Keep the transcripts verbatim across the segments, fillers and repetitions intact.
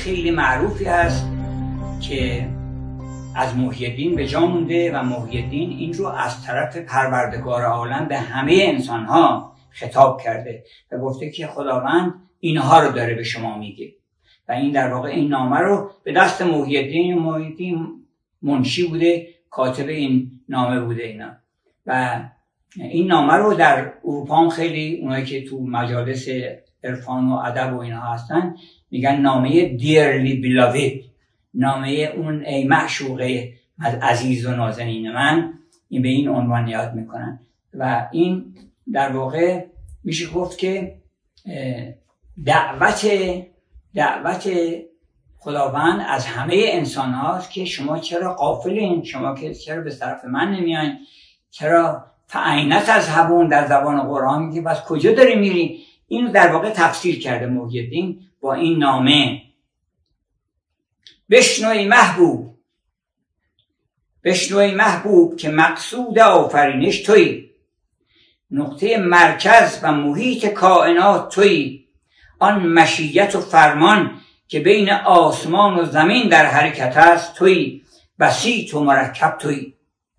خیلی معروفی هست که از محی الدین به جا مونده و محی الدین این رو از طرف پروردگار عالم به همه انسانها خطاب کرده و گفته که خداوند اینها رو داره به شما میگه و این در واقع این نامه رو به دست محی الدین محی الدین منشی بوده، کاتب این نامه بوده اینا. و این نامه رو در اروپا هم خیلی اونایی که تو مجالس عرفان و ادب و اینا هستن میگن نامه dearly beloved، نامه اون ای معشوقه عزیز و نازنین من، این به این عنوان یاد میکنن. و این در واقع میشه گفت که دعوت دعوت خداوند از همه انسان هاست که شما چرا غافلین، شما که چرا به طرف من نمیاین، چرا فعینت تذهبون در زبان قرآن میگه بس کجا داری میری. این در واقع تفسیر کرده محی الدین با این نامه. بشنوی محبوب، بشنوی محبوب که مقصود آفرینش تویی، نقطه مرکز و محیط کائنات تویی، آن مشیت و فرمان که بین آسمان و زمین در حرکت است تویی، بسیط و مرکب تویی.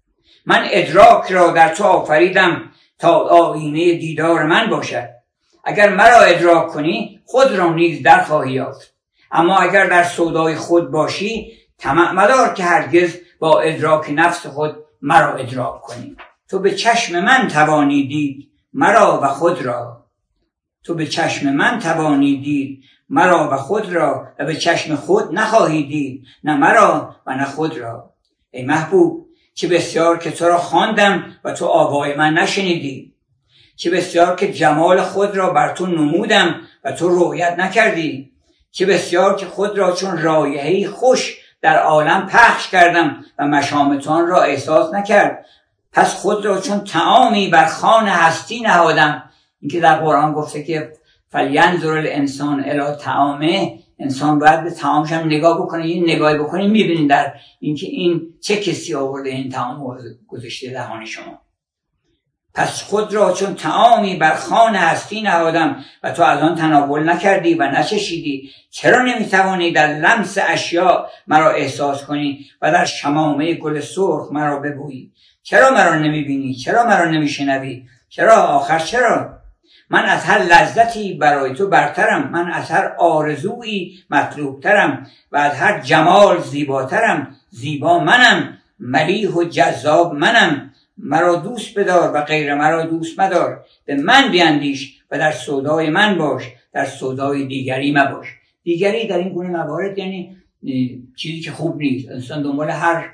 من ادراک را در تو آفریدم تا آینه دیدار من باشد. اگر مرا ادراک کنی خود را نیز در خواهی یافت، اما اگر در سودای خود باشی طمع مدار که هرگز با ادراک نفس خود مرا ادراک کنی. تو به چشم من توانی دید مرا و خود را، تو به چشم من توانی دید مرا و خود را و به چشم خود نخواهی دید نه مرا و نه خود را. ای محبوب چه بسیار که تو را خواندم و تو آوای من نشنیدی، چه بسیار که جمال خود را بر تو نمودم و تو رؤیت نکردی، چه بسیار که خود را چون رایحه‌ای خوش در عالم پخش کردم و مشامتان را احساس نکرد. پس خود را چون طعامی بر خوان هستی نهادم. این که در قرآن گفته که فلینظر الانسان الی طعامه، انسان باید به طعامش هم نگاه بکنه. یه نگاهی بکنه میبینید در اینکه این چه کسی آورده این طعام گذاشته دهان شما. پس خود را چون طعامی بر خوان هستی نهادم و تو از آن تناول نکردی و نچشیدی. چرا نمیتوانی در لمس اشیاء مرا احساس کنی و در شمامه گل سرخ مرا ببویی؟ چرا مرا نمیبینی؟ چرا مرا نمیشنوی؟ چرا آخر چرا؟ من از هر لذتی برای تو برترم، من از هر آرزویی مطلوبترم و از هر جمال زیباترم. زیبا منم، ملیح و جذاب منم. مرا دوست بدار و غیر مرا دوست مدار. به من بیندیش و در سودای من باش، در سودای دیگری مباش. دیگری در این گونه موارد یعنی چیزی که خوب نیست. انسان دنبال هر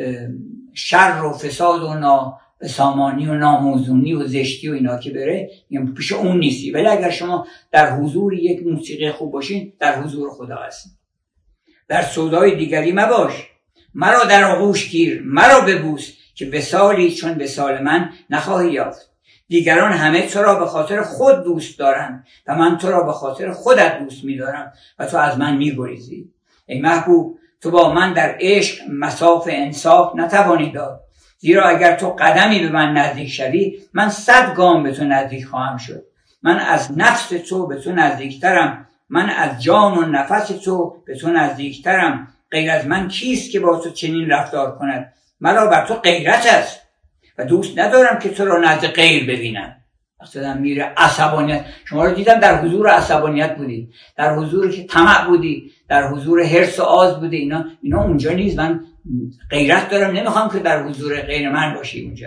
شر و فساد و ناسامانی و ناموزونی و زشتی و اینا که بره، یعنی پیش اون نیستی. ولی اگر شما در حضور یک موسیقی خوب باشین، در حضور خدا هستین. در سودای دیگری مباش. مرا در آغوش گیر، مرا ببوس که وصالی چون وصال من نخواهی یافت. دیگران همه تو را به خاطر خود دوست دارند و من تو را به خاطر خودت دوست می‌دارم و تو از من می‌گریزی. ای محبوب تو با من در عشق مساف انصاف نتوانی داد، زیرا اگر تو قدمی به من نزدیک شوی من صد گام به تو نزدیک خواهم شد. من از نفس تو به تو نزدیکترم، من از جان و نفس تو به تو نزدیکترم. غیر از من کیست که با تو چنین رفتار کند؟ مرا بر تو غیرت است و دوست ندارم که تو را نزد غیر ببینم. وقتی دارم میره عصبانیت، شما رو دیدم در حضور عصبانیت بودی، در حضور که طمع بودی، در حضور حرص و آز بودی. اینا اینا اونجا نیست. من غیرت دارم، نمیخوام که در حضور غیر من باشی اونجا.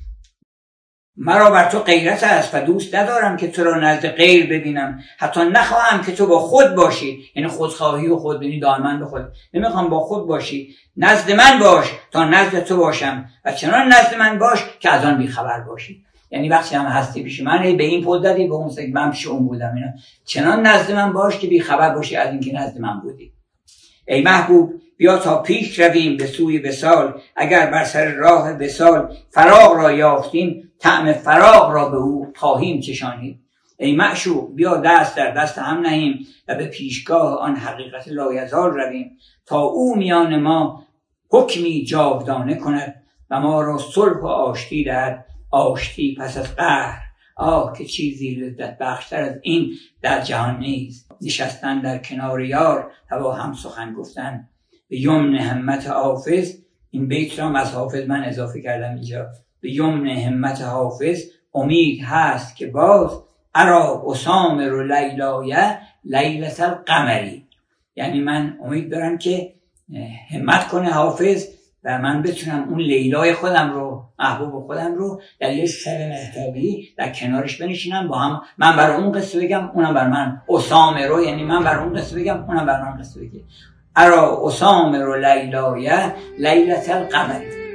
مرا بر تو غیرت است و دوست ندارم که تو را نزد غیر ببینم. حتی نخواهم که تو با خود باشی، یعنی خودخواهی و خودبینی دائما به خود. نمیخوام با خود باشی. نزد من باش تا نزد تو باشم و چنان نزد من باش که از آن بیخبر باشی. یعنی وقتی هم هستی پیش من، به این پدتی به اون سگ من پیش اون بودم، اینا چنان نزد من باش که بیخبر باشی از اینکه نزد من بودی. ای محبوب بیا تا پیش رویم به سوی وصال. اگر بر سر راه وصال فراغ را یافتیم، طعم فراغ را به او خواهیم چشانید. ای معشوق بیا دست در دست هم نهیم و به پیشگاه آن حقیقت لایزال رویم تا او میان ما حکمی جاودانه کند و ما را صلح و آشتی دهد. آشتی پس از قهر، آه که چیزی لذت بخشتر از این در جهان نیست. نشستن در کنار یار تا با هم سخن گفتن، به یمن همت حافظ. این بیت را از حافظ من اضافه کردم اینجا. به یمن همت حافظ امید هست که باز ارا اسامر و لیلایه لیلة القمری. یعنی من امید دارم که همت کنه حافظ و من بتونم اون لیلای خودم رو، محبوب خودم رو در یه شب مهتابی در کنارش بنشینم، با هم من بر اون قصه بگم اونم بر من. اسامر رو یعنی من بر اون قصه بگم اونم بر من قصه بگه. ارا اسامر و لیلایه لیلة القمری.